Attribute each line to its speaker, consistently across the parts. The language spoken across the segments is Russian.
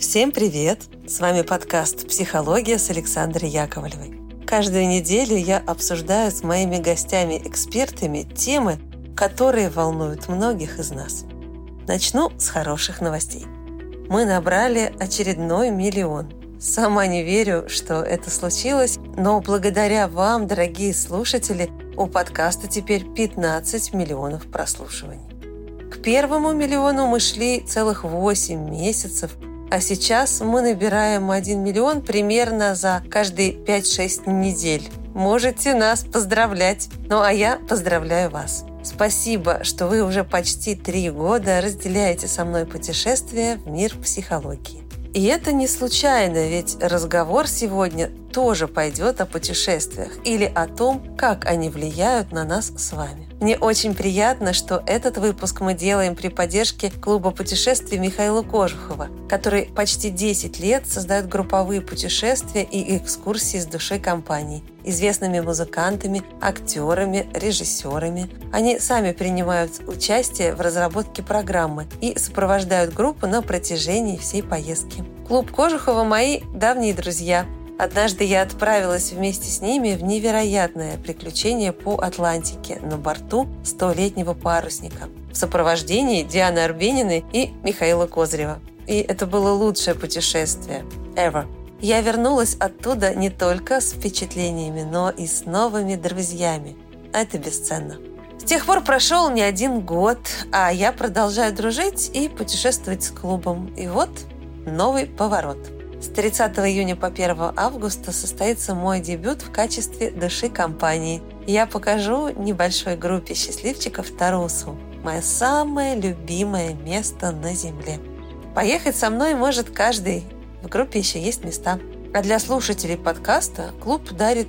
Speaker 1: Всем привет! С вами подкаст «Психология» с Александрой Яковлевой. Каждую неделю я обсуждаю с моими гостями-экспертами темы, которые волнуют многих из нас. Начну с хороших новостей. Мы набрали очередной 1 миллион. Сама не верю, что это случилось, но благодаря вам, дорогие слушатели, у подкаста теперь 15 миллионов прослушиваний. К 1 миллиону мы шли целых 8 месяцев, а сейчас мы набираем 1 миллион примерно за каждые 5-6 недель. Можете нас поздравлять. Ну а я поздравляю вас. Спасибо, что вы уже почти 3 года разделяете со мной путешествие в мир психологии. И это не случайно, ведь разговор сегодня тоже пойдет о путешествиях или о том, как они влияют на нас с вами. Мне очень приятно, что этот выпуск мы делаем при поддержке клуба путешествий Михаила Кожухова, который почти 10 лет создает групповые путешествия и экскурсии с душой компаний, известными музыкантами, актерами, режиссерами. Они сами принимают участие в разработке программы и сопровождают группу на протяжении всей поездки. Клуб Кожухова – мои давние друзья. Однажды я отправилась вместе с ними в невероятное приключение по Атлантике на борту 100-летнего парусника в сопровождении Дианы Арбениной и Михаила Козырева. И это было лучшее путешествие ever. Я вернулась оттуда не только с впечатлениями, но и с новыми друзьями. Это бесценно. С тех пор прошел не 1 год, а я продолжаю дружить и путешествовать с клубом. И вот новый поворот. С 30 июня по 1 августа состоится мой дебют в качестве души компании. Я покажу небольшой группе счастливчиков Тарусу, мое самое любимое место на Земле. Поехать со мной может каждый. В группе еще есть места. А для слушателей подкаста клуб дарит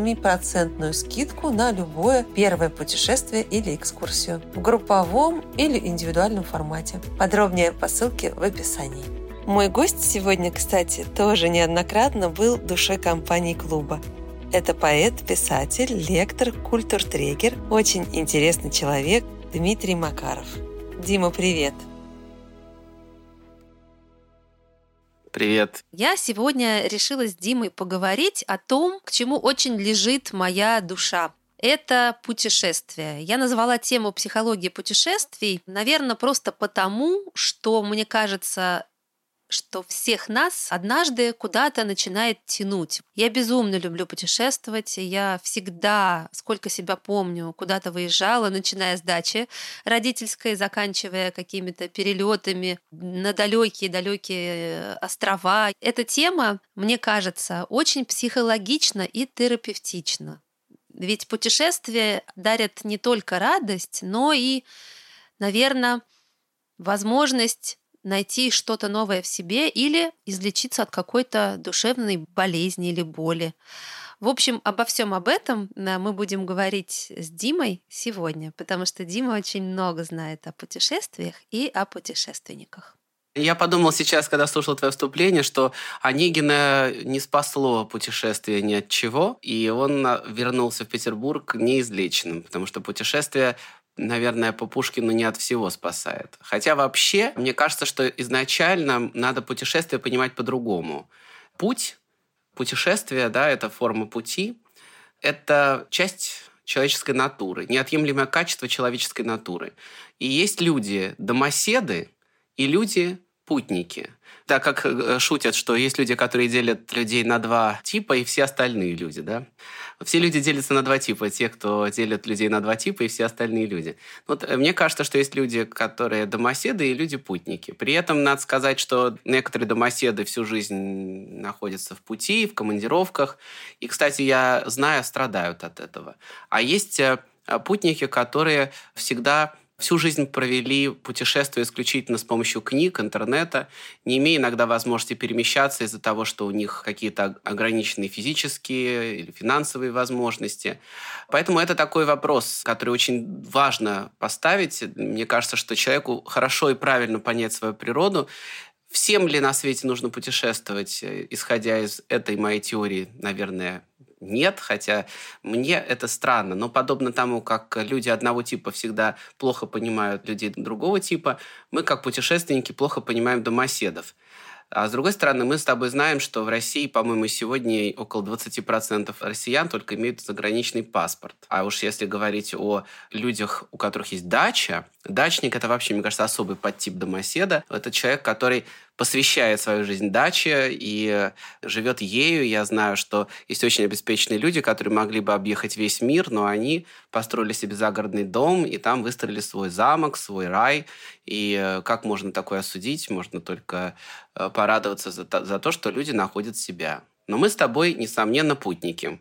Speaker 1: 7% скидку на любое первое путешествие или экскурсию в групповом или индивидуальном формате. Подробнее по ссылке в описании. Мой гость сегодня, кстати, тоже неоднократно был душой компании клуба. Это поэт, писатель, лектор, культуртрегер, очень интересный человек Дмитрий Макаров. Дима, привет!
Speaker 2: Привет.
Speaker 3: Я сегодня решила с Димой поговорить о том, к чему очень лежит моя душа. Это путешествие. Я назвала тему «Психология путешествий», наверное, просто потому, что мне кажется, что всех нас однажды куда-то начинает тянуть. Я безумно люблю путешествовать. Я всегда, сколько себя помню, куда-то выезжала, начиная с дачи родительской, заканчивая какими-то перелетами на далекие острова. Эта тема, мне кажется, очень психологична и терапевтична. Ведь путешествия дарят не только радость, но и, наверное, возможность найти что-то новое в себе или излечиться от какой-то душевной болезни или боли. В общем, обо всем об этом мы будем говорить с Димой сегодня, потому что Дима очень много знает о путешествиях и о путешественниках.
Speaker 2: Я подумал сейчас, когда слушал твое вступление, что Онегина не спасло путешествие ни от чего, и он вернулся в Петербург неизлеченным, потому что путешествие, наверное, по Пушкину не от всего спасает. Хотя вообще, мне кажется, что изначально надо путешествие понимать по-другому. Путь, путешествие, да, это форма пути, это часть человеческой натуры, неотъемлемое качество человеческой натуры. И есть люди-домоседы и люди-путники. Так как шутят, что есть люди, которые делят людей на 2 типа, и все остальные люди, да? Все люди делятся на 2 типа. Те, кто делят людей на 2 типа, и все остальные люди. Вот мне кажется, что есть люди, которые домоседы, и люди-путники. При этом надо сказать, что некоторые домоседы всю жизнь находятся в пути, в командировках. И, кстати, я знаю, страдают от этого. А есть путники, которые всю жизнь провели путешествия исключительно с помощью книг, интернета, не имея иногда возможности перемещаться из-за того, что у них какие-то ограниченные физические или финансовые возможности. Поэтому это такой вопрос, который очень важно поставить. Мне кажется, что человеку хорошо и правильно понять свою природу. Всем ли на свете нужно путешествовать, исходя из этой моей теории, наверное, нет, хотя мне это странно. Но подобно тому, как люди одного типа всегда плохо понимают людей другого типа, мы, как путешественники, плохо понимаем домоседов. А с другой стороны, мы с тобой знаем, что в России, по-моему, сегодня около 20% россиян только имеют заграничный паспорт. А уж если говорить о людях, у которых есть дача, дачник – это вообще, мне кажется, особый подтип домоседа. Это человек, который посвящает свою жизнь даче и живет ею. Я знаю, что есть очень обеспеченные люди, которые могли бы объехать весь мир, но они построили себе загородный дом и там выстроили свой замок, свой рай. И как можно такое осудить? Можно только порадоваться за то, что люди находят себя. Но мы с тобой, несомненно, путники.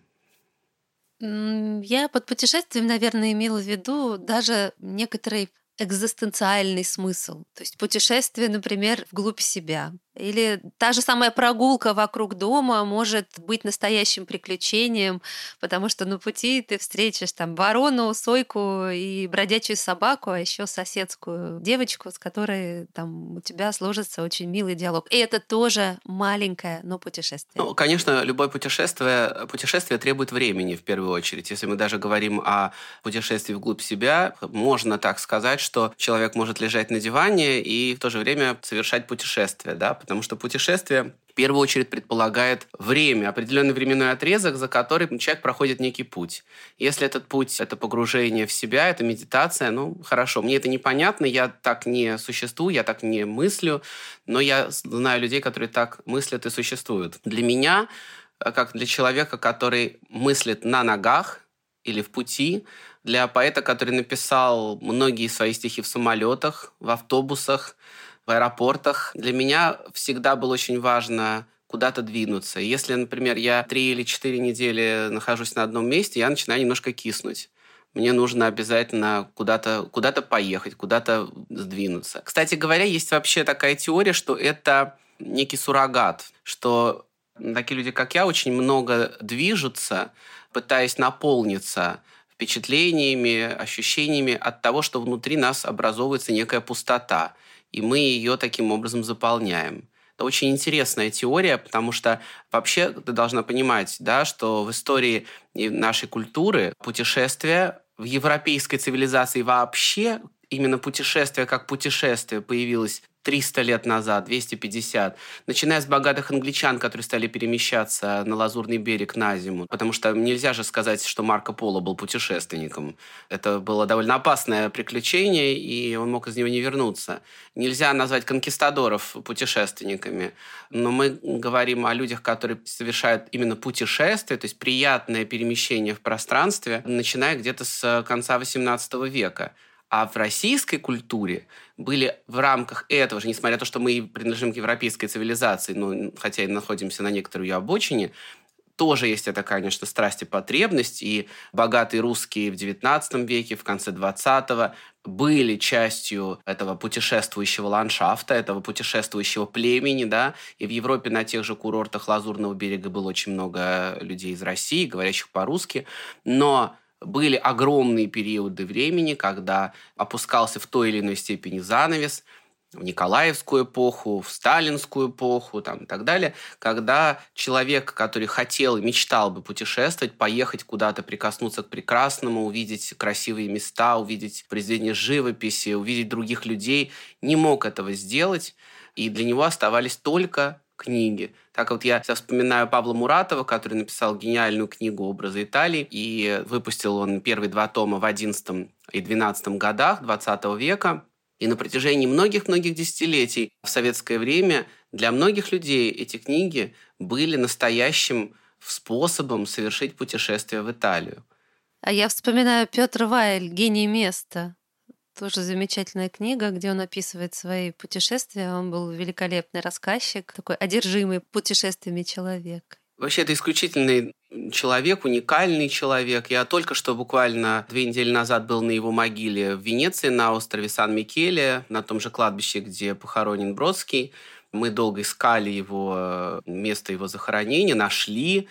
Speaker 3: Я под путешествием, наверное, имела в виду даже некоторый экзистенциальный смысл. То есть путешествие, например, вглубь себя. Или та же самая прогулка вокруг дома может быть настоящим приключением, потому что на пути ты встретишь там ворону, сойку и бродячую собаку, а еще соседскую девочку, с которой там у тебя сложится очень милый диалог. И это тоже маленькое, но путешествие.
Speaker 2: Ну, конечно, любое путешествие требует времени в первую очередь. Если мы даже говорим о путешествии вглубь себя, можно так сказать, что человек может лежать на диване и в то же время совершать путешествие, да, потому что путешествие в первую очередь предполагает время, определенный временной отрезок, за который человек проходит некий путь. Если этот путь – это погружение в себя, это медитация, ну, хорошо, мне это непонятно, я так не существую, я так не мыслю, но я знаю людей, которые так мыслят и существуют. Для меня, как для человека, который мыслит на ногах или в пути, для поэта, который написал многие свои стихи в самолетах, в автобусах, в аэропортах, для меня всегда было очень важно куда-то двинуться. Если, например, я 3 или 4 недели нахожусь на одном месте, я начинаю немножко киснуть. Мне нужно обязательно куда-то поехать, куда-то сдвинуться. Кстати говоря, есть вообще такая теория, что это некий суррогат, что такие люди, как я, очень много движутся, пытаясь наполниться впечатлениями, ощущениями от того, что внутри нас образовывается некая пустота, и мы ее таким образом заполняем. Это очень интересная теория, потому что вообще ты должна понимать, да, что в истории нашей культуры путешествия в европейской цивилизации вообще, именно путешествие как путешествие появилось 300 лет назад, 250, начиная с богатых англичан, которые стали перемещаться на Лазурный берег на зиму. Потому что нельзя же сказать, что Марко Поло был путешественником. Это было довольно опасное приключение, и он мог из него не вернуться. Нельзя назвать конкистадоров путешественниками, но мы говорим о людях, которые совершают именно путешествие, то есть приятное перемещение в пространстве, начиная где-то с конца XVIII века. А в российской культуре были в рамках этого же, несмотря на то, что мы принадлежим к европейской цивилизации, но хотя и находимся на некоторой ее обочине, тоже есть это, конечно, страсть и потребность, и богатые русские в XIX веке, в конце XX были частью этого путешествующего ландшафта, этого путешествующего племени, да, и в Европе на тех же курортах Лазурного берега было очень много людей из России, говорящих по-русски, но были огромные периоды времени, когда опускался в той или иной степени занавес, в Николаевскую эпоху, в Сталинскую эпоху там, и так далее, когда человек, который хотел и мечтал бы путешествовать, поехать куда-то, прикоснуться к прекрасному, увидеть красивые места, увидеть произведения живописи, увидеть других людей, не мог этого сделать, и для него оставались только книги. Так вот я вспоминаю Павла Муратова, который написал гениальную книгу «Образы Италии», и выпустил он первые 2 тома в 11 и 12 годах 20 века. И на протяжении многих-многих десятилетий в советское время для многих людей эти книги были настоящим способом совершить путешествие в Италию.
Speaker 3: А я вспоминаю Петр Вайль «Гений места». Тоже замечательная книга, где он описывает свои путешествия. Он был великолепный рассказчик, такой одержимый путешествиями человек.
Speaker 2: Вообще, это исключительный человек, уникальный человек. Я только что буквально 2 недели назад был на его могиле в Венеции, на острове Сан-Микеле, на том же кладбище, где похоронен Бродский. Мы долго искали его место его захоронения, нашли.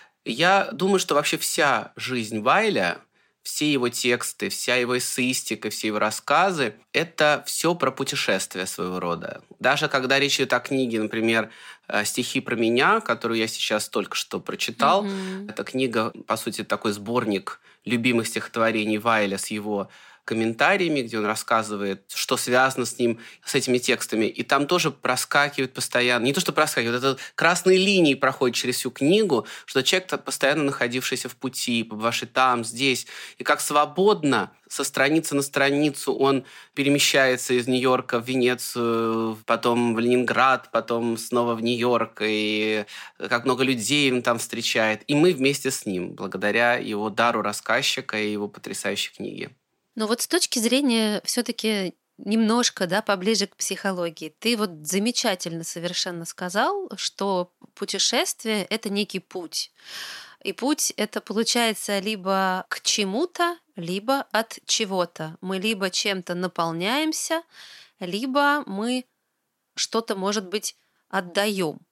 Speaker 2: Я думаю, что вообще вся жизнь Вайля, все его тексты, вся его эссеистика, все его рассказы – это все про путешествия своего рода. Даже когда речь идет о книге, например, «Стихи про меня», которую я сейчас только что прочитал, эта книга, по сути, такой сборник любимых стихотворений Вайля с его комментариями, где он рассказывает, что связано с ним, с этими текстами. И там тоже проскакивает постоянно, не то что проскакивает, это красные линии проходят через всю книгу, что человек, постоянно находившийся в пути, побывавший там, здесь, и как свободно со страницы на страницу он перемещается из Нью-Йорка в Венецию, потом в Ленинград, потом снова в Нью-Йорк, и как много людей он там встречает. И мы вместе с ним, благодаря его дару рассказчика и его потрясающей книге.
Speaker 3: Но вот с точки зрения все-таки немножко, да, поближе к психологии, ты вот замечательно совершенно сказал, что путешествие — это некий путь. И путь — это получается либо к чему-то, либо от чего-то. Мы либо чем-то наполняемся, либо мы что-то, может быть, отдаем.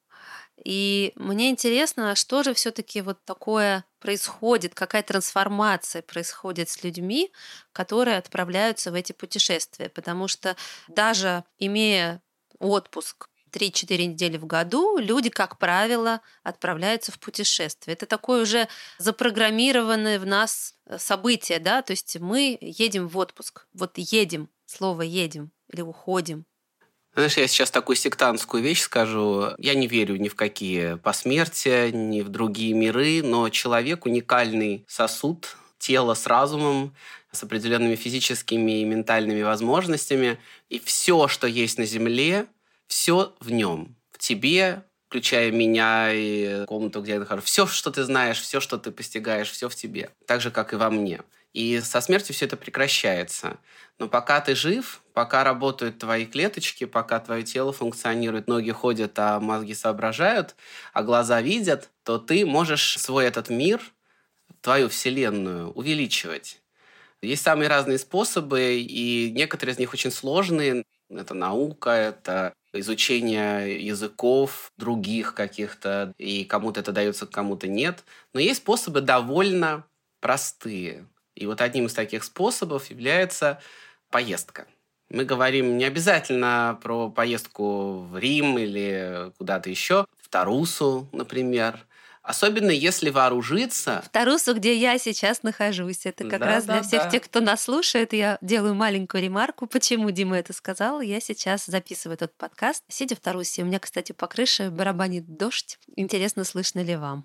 Speaker 3: И мне интересно, что же все-таки вот такое происходит, какая трансформация происходит с людьми, которые отправляются в эти путешествия. Потому что даже имея отпуск 3-4 недели в году, люди, как правило, отправляются в путешествие. Это такое уже запрограммированное в нас событие, да, то есть мы едем в отпуск. Вот едем, слово «едем» или «уходим».
Speaker 2: Знаешь, я сейчас такую сектантскую вещь скажу. Я не верю ни в какие посмертия, ни в другие миры, но человек — уникальный сосуд, тело с разумом, с определенными физическими и ментальными возможностями. И все, что есть на Земле, все в нем, в тебе, включая меня и комнату, где я нахожусь. Все, что ты знаешь, все, что ты постигаешь, все в тебе. Так же, как и во мне. И со смертью все это прекращается. Но пока ты жив, пока работают твои клеточки, пока твое тело функционирует, ноги ходят, а мозги соображают, а глаза видят, то ты можешь свой этот мир, твою вселенную увеличивать. Есть самые разные способы, и некоторые из них очень сложные. Это наука, это изучение языков других каких-то, и кому-то это дается, кому-то нет. Но есть способы довольно простые. И вот одним из таких способов является поездка. Мы говорим не обязательно про поездку в Рим или куда-то еще, в Тарусу, например. Особенно если вооружиться.
Speaker 3: В Тарусу, где я сейчас нахожусь. Это как раз для всех тех, кто нас слушает. Я делаю маленькую ремарку, почему Дима это сказал. Я сейчас записываю этот подкаст, сидя в Тарусе. У меня, кстати, по крыше барабанит дождь. Интересно, слышно ли вам?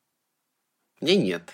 Speaker 2: Мне нет.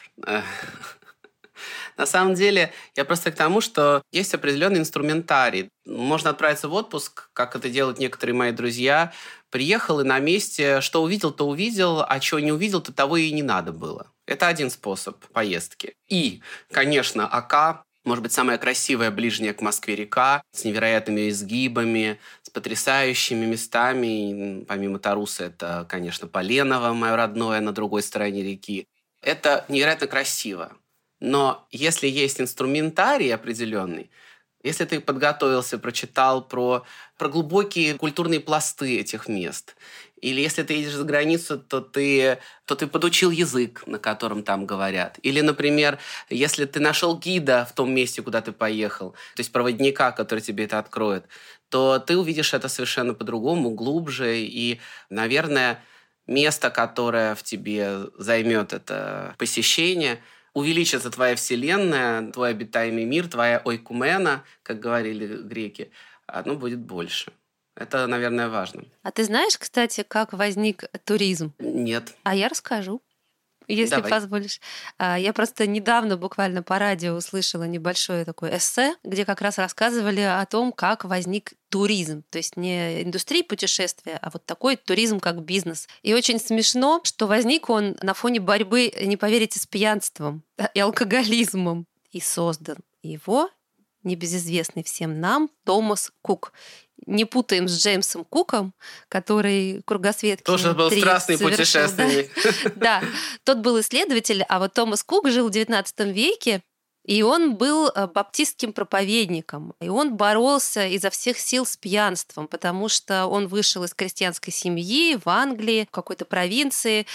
Speaker 2: На самом деле, я просто к тому, что есть определенный инструментарий. Можно отправиться в отпуск, как это делают некоторые мои друзья. Приехал и на месте, что увидел, то увидел, а чего не увидел, то того и не надо было. Это один способ поездки. И, конечно, Ока, может быть, самая красивая ближняя к Москве река, с невероятными изгибами, с потрясающими местами. Помимо Таруса, это, конечно, Поленово, мое родное, на другой стороне реки. Это невероятно красиво. Но если есть инструментарий определенный, если ты подготовился, прочитал про глубокие культурные пласты этих мест, или если ты едешь за границу, то ты подучил язык, на котором там говорят. Или, например, если ты нашел гида в том месте, куда ты поехал, то есть проводника, который тебе это откроет, то ты увидишь это совершенно по-другому, глубже. И, наверное, место, которое в тебе займет это посещение – увеличится твоя вселенная, твой обитаемый мир, твоя ойкумена, как говорили греки, оно будет больше. Это, наверное, важно.
Speaker 3: А ты знаешь, кстати, как возник туризм?
Speaker 2: Нет.
Speaker 3: А я расскажу, если позволишь. Я просто недавно буквально по радио услышала небольшое такое эссе, где как раз рассказывали о том, как возник туризм. То есть не индустрия путешествия, а вот такой туризм как бизнес. И очень смешно, что возник он на фоне борьбы, не поверите, с пьянством и алкоголизмом. И создан его небезызвестный всем нам Томас Кук. Не путаем с Джеймсом Куком, который кругосветки
Speaker 2: тоже был страстный путешественник.
Speaker 3: Да, тот был исследователь, а вот Томас Кук жил в XIX веке, и он был баптистским проповедником. И он боролся изо всех сил с пьянством, потому что он вышел из крестьянской семьи в Англии, в какой-то провинции,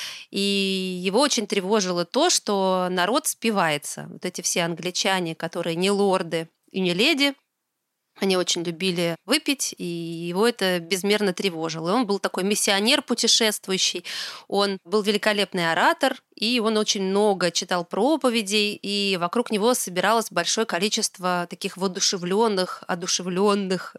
Speaker 3: и его очень тревожило то, что народ спивается. Вот эти все англичане, которые не лорды и не леди, Они очень любили выпить, и его это безмерно тревожило. И он был такой миссионер путешествующий, он был великолепный оратор, и он очень много читал проповедей, и вокруг него собиралось большое количество таких воодушевленных, одушевленных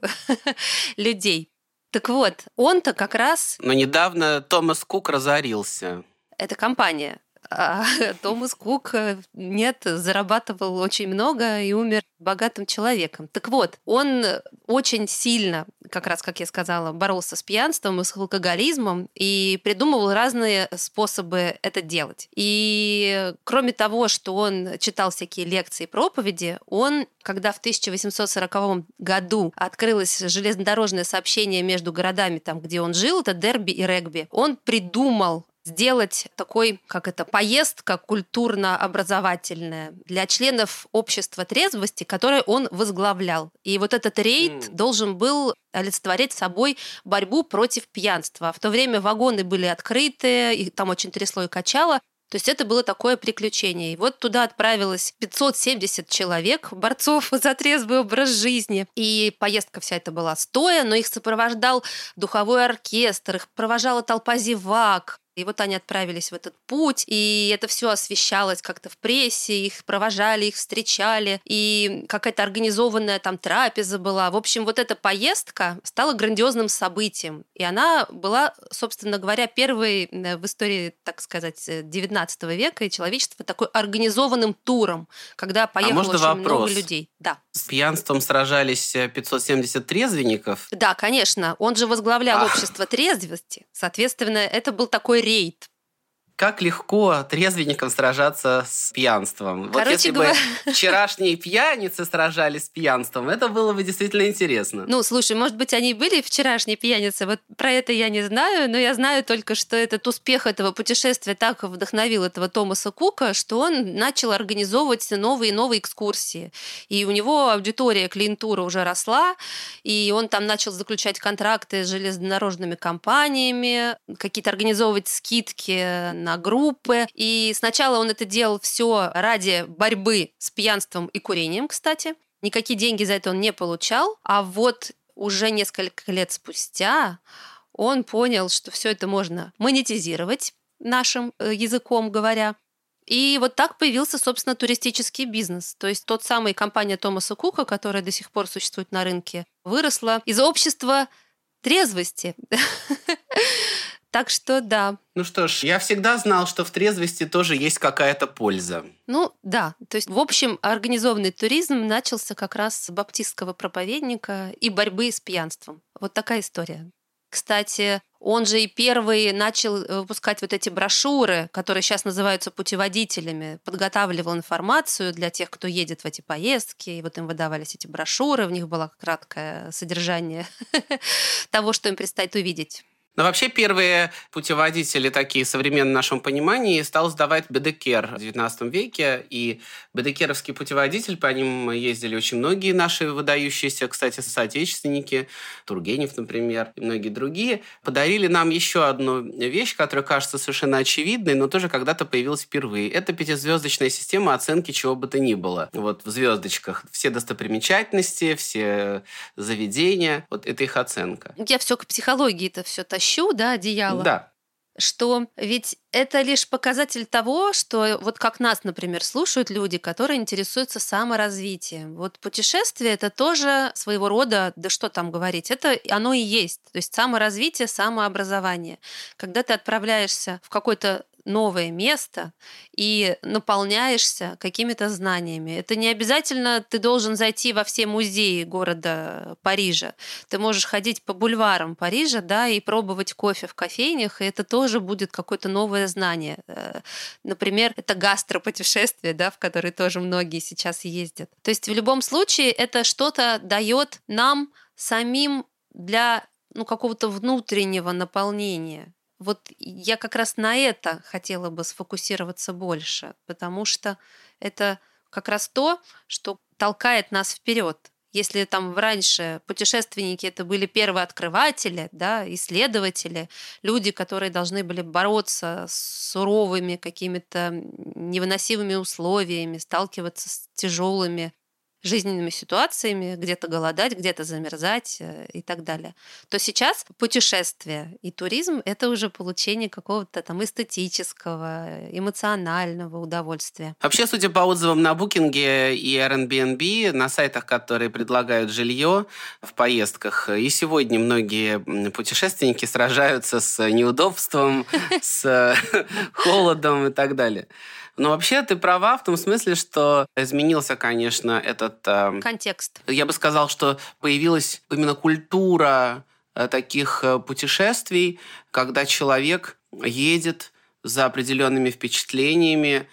Speaker 3: людей. Так вот, он-то как раз...
Speaker 2: Но недавно Томас Кук разорился.
Speaker 3: Это компания. А Томас Кук, нет, зарабатывал очень много и умер богатым человеком. Так вот, он очень сильно, как раз, как я сказала, боролся с пьянством и с алкоголизмом и придумывал разные способы это делать. И кроме того, что он читал всякие лекции и проповеди, он, когда в 1840 году открылось железнодорожное сообщение между городами, там, где он жил, это Дерби и Регби, он придумал сделать такой, поездка культурно-образовательная для членов общества трезвости, которое он возглавлял. И вот этот рейд должен был олицетворять собой борьбу против пьянства. А в то время вагоны были открыты, и там очень трясло и качало. То есть это было такое приключение. И вот туда отправилось 570 человек, борцов за трезвый образ жизни. И поездка вся эта была стоя, но их сопровождал духовой оркестр, их провожала толпа зевак. И вот они отправились в этот путь, и это все освещалось как-то в прессе, их провожали, их встречали, и какая-то организованная там трапеза была. В общем, вот эта поездка стала грандиозным событием, и она была, собственно говоря, первой в истории, так сказать, XIX века и человечества такой организованным туром, когда поехало очень много людей. Да.
Speaker 2: С пьянством сражались 570 трезвенников?
Speaker 3: Да, конечно. Он же возглавлял общество трезвости. Соответственно, это был такой рейд.
Speaker 2: Как легко трезвенникам сражаться с пьянством. Вот если бы вчерашние пьяницы сражались с пьянством, это было бы действительно интересно.
Speaker 3: Ну, слушай, может быть, они были вчерашние пьяницы, вот про это я не знаю, но я знаю только, что этот успех этого путешествия так вдохновил этого Томаса Кука, что он начал организовывать новые и новые экскурсии. И у него аудитория, клиентура уже росла, и он там начал заключать контракты с железнодорожными компаниями, какие-то организовывать скидки на группы. И сначала он это делал все ради борьбы с пьянством и курением, кстати. Никакие деньги за это он не получал. А вот уже несколько лет спустя он понял, что все это можно монетизировать, нашим языком говоря. И вот так появился, собственно, туристический бизнес. То есть тот самый компания Томаса Кука, которая до сих пор существует на рынке, выросла из общества трезвости. Так что да.
Speaker 2: Ну что ж, я всегда знал, что в трезвости тоже есть какая-то польза.
Speaker 3: Ну да, то есть в общем организованный туризм начался как раз с баптистского проповедника и борьбы с пьянством. Вот такая история. Кстати, он же и первый начал выпускать вот эти брошюры, которые сейчас называются путеводителями, подготавливал информацию для тех, кто едет в эти поездки, и вот им выдавались эти брошюры, в них было краткое содержание того, что им предстоит увидеть.
Speaker 2: Но вообще первые путеводители такие в современном нашем понимании стал сдавать Бедекер в XIX веке. И бедекеровский путеводитель, по ним ездили очень многие наши выдающиеся, кстати, соотечественники, Тургенев, например, и многие другие, подарили нам еще одну вещь, которая кажется совершенно очевидной, но тоже когда-то появилась впервые. Это пятизвездочная система оценки чего бы то ни было. Вот в звездочках все достопримечательности, все заведения, вот это их оценка.
Speaker 3: Я все к психологии-то все тащу, да, одеяло.
Speaker 2: Да.
Speaker 3: Что ведь это лишь показатель того, что вот как нас, например, слушают люди, которые интересуются саморазвитием. Вот путешествие — это тоже своего рода, да что там говорить, это оно и есть. То есть саморазвитие, самообразование. Когда ты отправляешься в какой-то новое место и наполняешься какими-то знаниями. Это не обязательно ты должен зайти во все музеи города Парижа. Ты можешь ходить по бульварам Парижа, да, и пробовать кофе в кофейнях, и это тоже будет какое-то новое знание. Например, это гастропутешествие, да, в которые тоже многие сейчас ездят. То есть в любом случае это что-то дает нам самим для какого-то внутреннего наполнения. Вот я как раз на это хотела бы сфокусироваться больше, потому что это как раз то, что толкает нас вперед. Если там раньше путешественники это были первооткрыватели, да, исследователи, люди, которые должны были бороться с суровыми какими-то невыносимыми условиями, сталкиваться с тяжелыми жизненными ситуациями, где-то голодать, где-то замерзать и так далее, то сейчас путешествие и туризм – это уже получение какого-то там эстетического, эмоционального удовольствия.
Speaker 2: Вообще, судя по отзывам на Booking и Airbnb, на сайтах, которые предлагают жилье в поездках, и сегодня многие путешественники сражаются с неудобством, с холодом и так далее. Но вообще ты права в том смысле, что изменился, конечно, этот...
Speaker 3: контекст.
Speaker 2: Я бы сказал, что появилась именно культура таких путешествий, когда человек едет за определенными впечатлениями,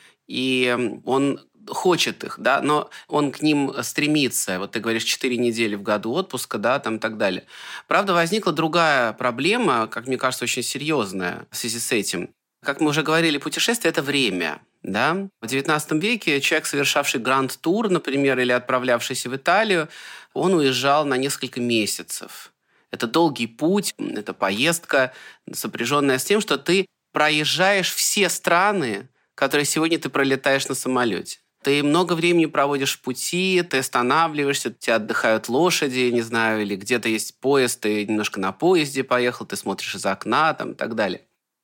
Speaker 2: и он хочет их, да, но он к ним стремится. Вот ты говоришь, 4 недели в году отпуска, да, там и так далее. Правда, возникла другая проблема, как мне кажется, очень серьезная в связи с этим. Как мы уже говорили, путешествие – это время. Да? В XIX веке человек, совершавший гранд-тур, например, или отправлявшийся в Италию, он уезжал на несколько месяцев. Это долгий путь, это поездка, сопряженная с тем, что ты проезжаешь все страны, которые сегодня ты пролетаешь на самолете. Ты много времени проводишь в пути, ты останавливаешься, у тебя отдыхают лошади, не знаю, или где-то есть поезд, ты немножко на поезде поехал, ты смотришь из окна там, и так далее.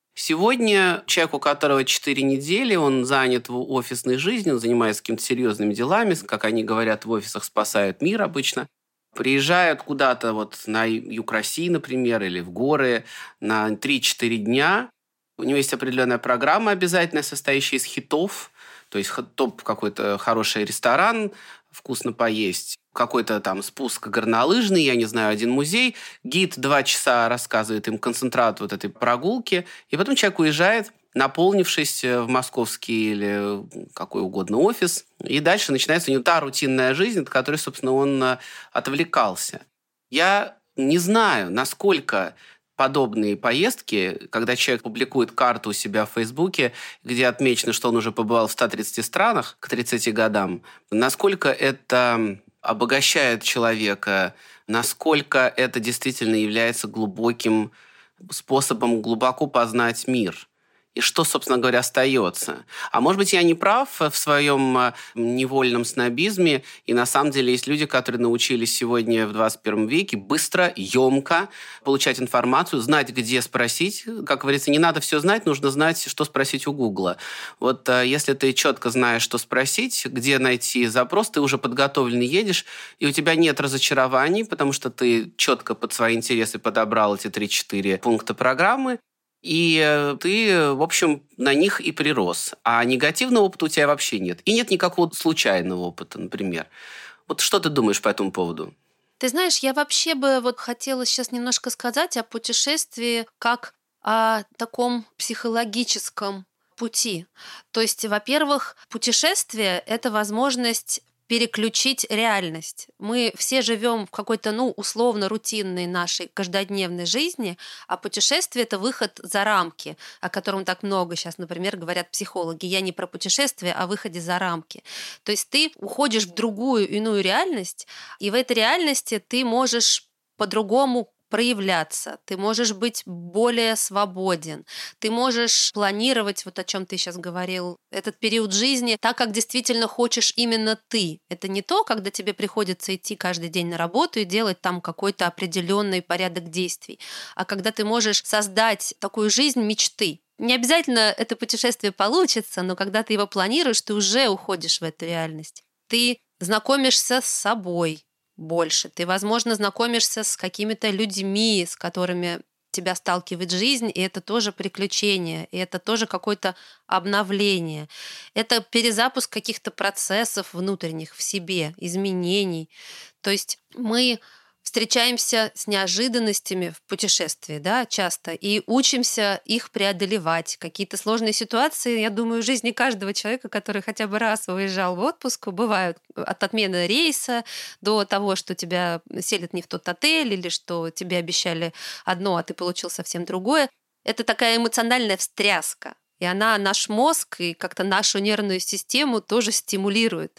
Speaker 2: Сегодня человек, у которого 4 недели, он занят в офисной жизни, он занимается какими-то серьезными делами, как они говорят, в офисах спасают мир обычно, приезжают куда-то вот на юг России, например, или в горы на 3-4 дня. У него есть определенная программа обязательная, состоящая из хитов, то есть топ какой-то хороший ресторан, вкусно поесть, какой-то там спуск горнолыжный, я не знаю, один музей. Гид 2 часа рассказывает им концентрат вот этой прогулки, и потом человек уезжает, наполнившись в московский или какой угодно офис, и дальше начинается у него та рутинная жизнь, от которой, собственно, он отвлекался. Я не знаю, насколько подобные поездки, когда человек публикует карту у себя в Фейсбуке, где отмечено, что он уже побывал в 130 странах к 30 годам, насколько это обогащает человека, насколько это действительно является глубоким способом глубоко познать мир. И что, собственно говоря, остается? А может быть, я не прав в своем невольном снобизме, и на самом деле есть люди, которые научились сегодня в 21 веке быстро, емко получать информацию, знать, где спросить. Как говорится, не надо все знать, нужно знать, что спросить у Гугла. Вот если ты четко знаешь, что спросить, где найти запрос, ты уже подготовленный едешь, и у тебя нет разочарований, потому что ты четко под свои интересы подобрал эти 3-4 пункта программы, и ты, в общем, на них и прирос. А негативного опыта у тебя вообще нет. И нет никакого случайного опыта, например. Вот что ты думаешь по этому поводу?
Speaker 3: Ты знаешь, я вообще бы вот хотела сейчас немножко сказать о путешествии как о таком психологическом пути. То есть, во-первых, путешествие – это возможность переключить реальность. Мы все живем в какой-то, условно рутинной нашей каждодневной жизни, а путешествие – это выход за рамки, о котором так много сейчас, например, говорят психологи. Я не про путешествие, а о выходе за рамки. То есть ты уходишь в другую, иную реальность, и в этой реальности ты можешь по-другому проявляться, ты можешь быть более свободен, ты можешь планировать, вот о чем ты сейчас говорил, этот период жизни так, как действительно хочешь именно ты. Это не то, когда тебе приходится идти каждый день на работу и делать там какой-то определенный порядок действий, а когда ты можешь создать такую жизнь мечты. Не обязательно это путешествие получится, но когда ты его планируешь, ты уже уходишь в эту реальность. Ты знакомишься с собой больше. Ты, возможно, знакомишься с какими-то людьми, с которыми тебя сталкивает жизнь, и это тоже приключение, и это тоже какое-то обновление. Это перезапуск каких-то процессов внутренних в себе, изменений. То есть мы встречаемся с неожиданностями в путешествии, да, часто, и учимся их преодолевать. Какие-то сложные ситуации, я думаю, в жизни каждого человека, который хотя бы раз уезжал в отпуск, бывают от отмены рейса до того, что тебя селят не в тот отель, или что тебе обещали одно, а ты получил совсем другое. Это такая эмоциональная встряска, и она наш мозг и как-то нашу нервную систему тоже стимулирует.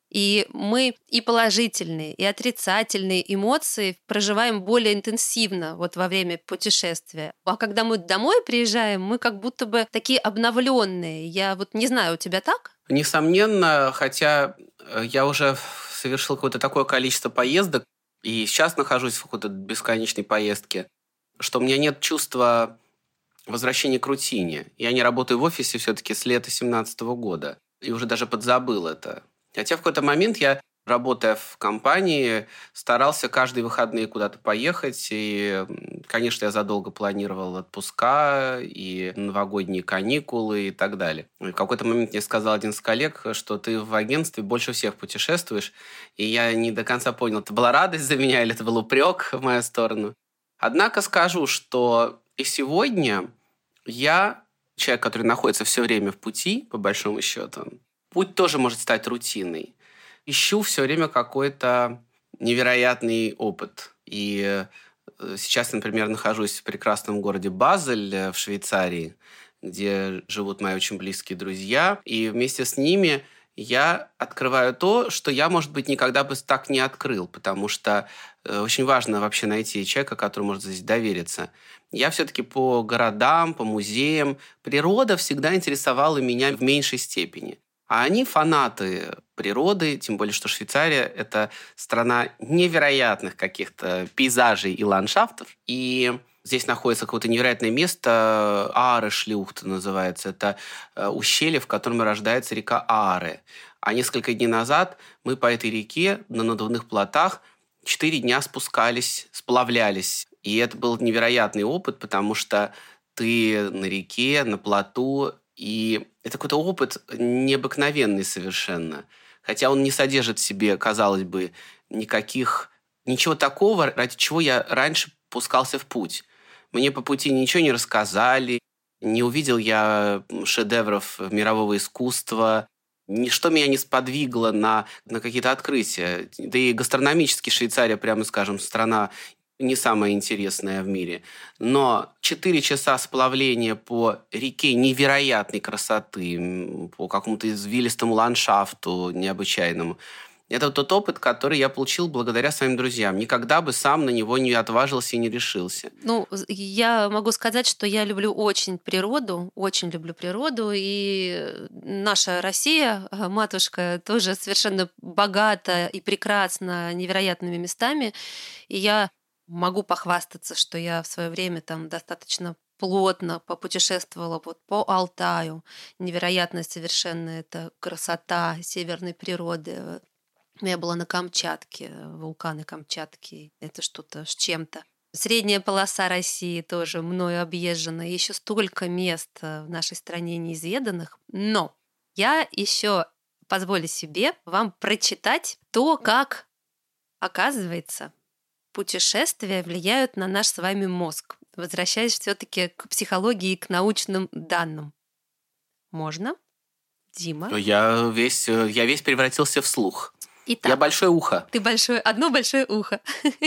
Speaker 3: И мы и положительные, и отрицательные эмоции проживаем более интенсивно вот во время путешествия. А когда мы домой приезжаем, мы как будто бы такие обновленные. Я вот не знаю, у тебя так?
Speaker 2: Несомненно, хотя я уже совершил какое-то такое количество поездок, и сейчас нахожусь в какой-то бесконечной поездке, что у меня нет чувства возвращения к рутине. Я не работаю в офисе все-таки с лета 2017 года, и уже даже подзабыл это. Хотя в какой-то момент я, работая в компании, старался каждые выходные куда-то поехать. И, конечно, я задолго планировал отпуска и новогодние каникулы и так далее. И в какой-то момент мне сказал один из коллег, что ты в агентстве больше всех путешествуешь. И я не до конца понял, это была радость за меня или это был упрек в мою сторону. Однако скажу, что и сегодня я человек, который находится все время в пути, по большому счету. Путь тоже может стать рутиной. Ищу все время какой-то невероятный опыт. И сейчас, например, нахожусь в прекрасном городе Базель в Швейцарии, где живут мои очень близкие друзья. И вместе с ними я открываю то, что я, может быть, никогда бы так не открыл, потому что очень важно вообще найти человека, который может здесь довериться. Я все-таки по городам, по музеям. Природа всегда интересовала меня в меньшей степени. А они фанаты природы, тем более, что Швейцария – это страна невероятных каких-то пейзажей и ландшафтов. И здесь находится какое-то невероятное место, Ааре-Шлюхт называется. Это ущелье, в котором рождается река Ааре. А несколько дней назад мы по этой реке на надувных плотах 4 дня спускались, сплавлялись. И это был невероятный опыт, потому что ты на реке, на плоту, и это какой-то опыт необыкновенный совершенно. Хотя он не содержит в себе, казалось бы, ничего такого, ради чего я раньше пускался в путь. Мне по пути ничего не рассказали, не увидел я шедевров мирового искусства, ничто меня не сподвигло на какие-то открытия. Да и гастрономически Швейцария, прямо скажем, страна не самая интересная в мире. Но 4 часа сплавления по реке невероятной красоты, по какому-то извилистому ландшафту необычайному. Это тот опыт, который я получил благодаря своим друзьям. Никогда бы сам на него не отважился и не решился.
Speaker 3: Я могу сказать, что я люблю очень люблю природу, и наша Россия, матушка, тоже совершенно богата и прекрасна невероятными местами. И я могу похвастаться, что я в свое время там достаточно плотно попутешествовала вот по Алтаю. Невероятная совершенно это красота северной природы. Я была на Камчатке, вулканы Камчатки. Это что-то с чем-то. Средняя полоса России тоже мною объезжена. Еще столько мест в нашей стране неизведанных. Но я еще позволю себе вам прочитать то, как, оказывается, путешествия влияют на наш с вами мозг. Возвращаясь все-таки к психологии и к научным данным. Можно? Дима?
Speaker 2: Я весь превратился в слух.
Speaker 3: Итак,
Speaker 2: я большое ухо.
Speaker 3: Ты одно большое ухо.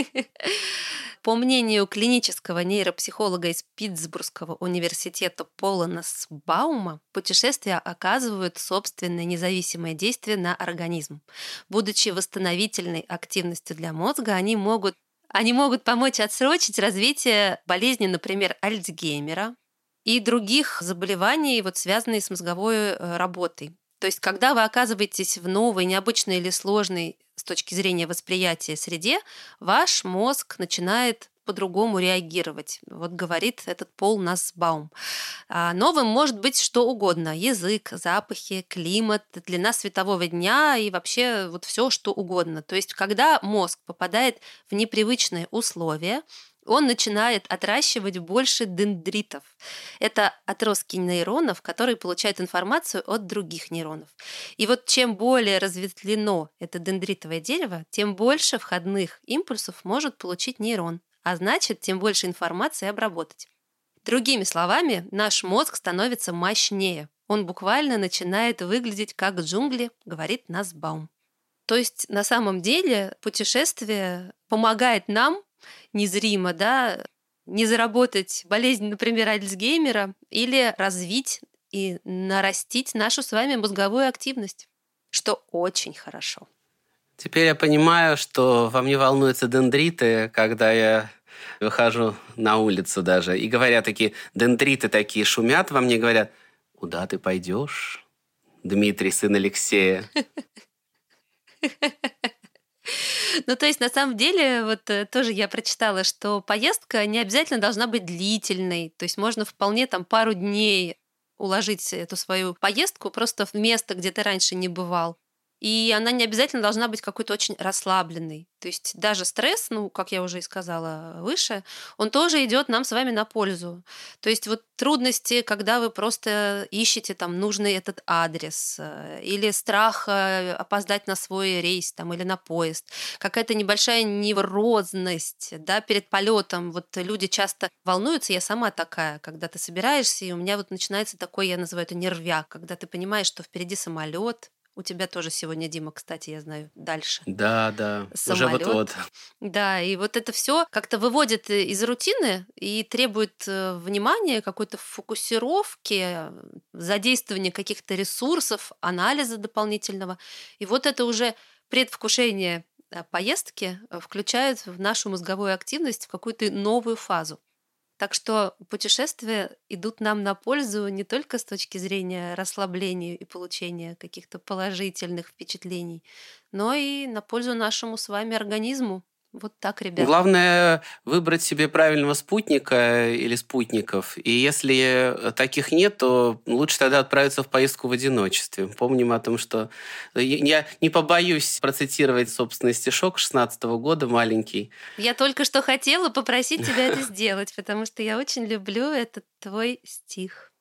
Speaker 3: По мнению клинического нейропсихолога из Питтсбургского университета Пола Насбаума, путешествия оказывают собственное независимое действие на организм. Будучи восстановительной активностью для мозга, они могут помочь отсрочить развитие болезни, например, Альцгеймера и других заболеваний, связанных с мозговой работой. То есть, когда вы оказываетесь в новой, необычной или сложной с точки зрения восприятия среде, ваш мозг начинает по-другому реагировать. Вот говорит этот Пол Насбаум. Новым может быть что угодно. Язык, запахи, климат, длина светового дня и вообще все, что угодно. То есть, когда мозг попадает в непривычные условия, он начинает отращивать больше дендритов. Это отростки нейронов, которые получают информацию от других нейронов. И чем более разветвлено это дендритовое дерево, тем больше входных импульсов может получить нейрон, а значит, тем больше информации обработать. Другими словами, наш мозг становится мощнее. Он буквально начинает выглядеть как джунгли, говорит Насбаум. То есть, на самом деле, путешествие помогает нам незримо, не заработать болезнь, например, Альцгеймера, или развить и нарастить нашу с вами мозговую активность. что очень хорошо.
Speaker 2: Теперь я понимаю, что во мне волнуются дендриты, когда я выхожу на улицу даже. И говорят такие, дендриты такие шумят во мне, говорят, куда ты пойдешь, Дмитрий, сын Алексея?
Speaker 3: Ну, то есть, на самом деле, вот тоже я прочитала, что поездка не обязательно должна быть длительной. То есть можно вполне там пару дней уложить эту свою поездку просто в место, где ты раньше не бывал. И она не обязательно должна быть какой-то очень расслабленной. То есть даже стресс, ну, как я уже и сказала выше, он тоже идет нам с вами на пользу. То есть вот трудности, когда вы просто ищете там нужный этот адрес, или страх опоздать на свой рейс там, или на поезд, какая-то небольшая неврозность, да, перед полетом. Вот люди часто волнуются, я сама такая, когда ты собираешься, и у меня вот начинается такой, я называю это нервяк, когда ты понимаешь, что впереди самолет. У тебя тоже сегодня, Дима, кстати, я знаю, дальше.
Speaker 2: Да,
Speaker 3: Самолет.
Speaker 2: уже вот-вот.
Speaker 3: Да, и вот это все как-то выводит из рутины и требует внимания, какой-то фокусировки, задействования каких-то ресурсов, анализа дополнительного. И вот это уже предвкушение поездки включает в нашу мозговую активность в какую-то новую фазу. Так что путешествия идут нам на пользу не только с точки зрения расслабления и получения каких-то положительных впечатлений, но и на пользу нашему с вами организму. Вот так, ребята.
Speaker 2: Главное выбрать себе правильного спутника или спутников. И если таких нет, то лучше тогда отправиться в поездку в одиночестве. Помним о том, что я не побоюсь процитировать собственный стишок 16-го года, маленький.
Speaker 3: Я только что хотела попросить тебя это сделать, потому что я очень люблю этот твой стих.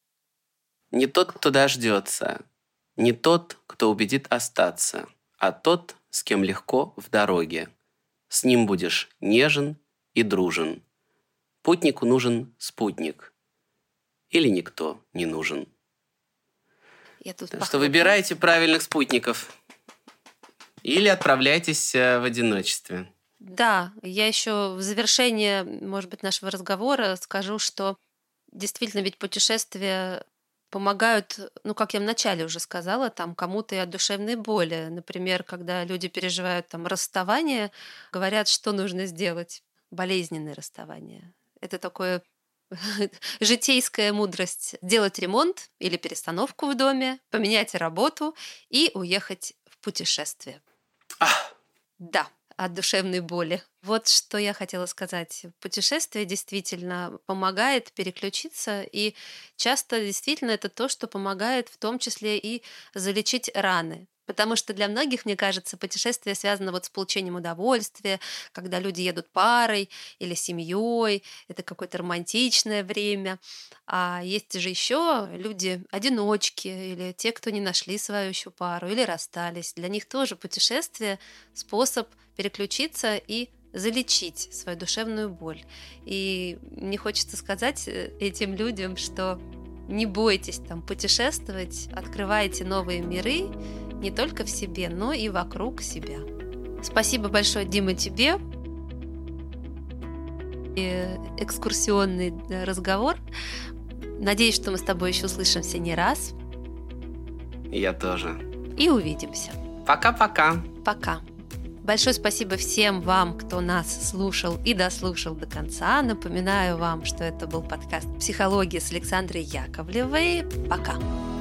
Speaker 2: Не тот, кто дождется, не тот, кто убедит остаться, а тот, с кем легко в дороге. С ним будешь нежен и дружен. Путнику нужен спутник. Или никто не нужен. Так что выбирайте правильных спутников. Или отправляйтесь в одиночестве.
Speaker 3: Да, я еще в завершение, может быть, нашего разговора скажу, что действительно ведь путешествия помогают, ну, как я вначале уже сказала, там кому-то и от душевной боли. Например, когда люди переживают там расставание, говорят, что нужно сделать. Болезненное расставание. Это такое житейская мудрость. Делать ремонт или перестановку в доме, поменять работу и уехать в путешествие. Да, от душевной боли. Вот что я хотела сказать. Путешествие действительно помогает переключиться, и часто действительно это то, что помогает в том числе и залечить раны. Потому что для многих, мне кажется, путешествие связано вот с получением удовольствия, когда люди едут парой или семьей, это какое-то романтичное время. А есть же еще люди-одиночки или те, кто не нашли свою еще пару или расстались. Для них тоже путешествие – способ переключиться и залечить свою душевную боль. И мне хочется сказать этим людям, что не бойтесь там путешествовать, открывайте новые миры не только в себе, но и вокруг себя. Спасибо большое, Дима, тебе. И экскурсионный разговор. Надеюсь, что мы с тобой еще услышимся не раз.
Speaker 2: Я тоже.
Speaker 3: И увидимся.
Speaker 2: Пока-пока.
Speaker 3: Пока. Большое спасибо всем вам, кто нас слушал и дослушал до конца. Напоминаю вам, что это был подкаст «Психология» с Александрой Яковлевой. Пока.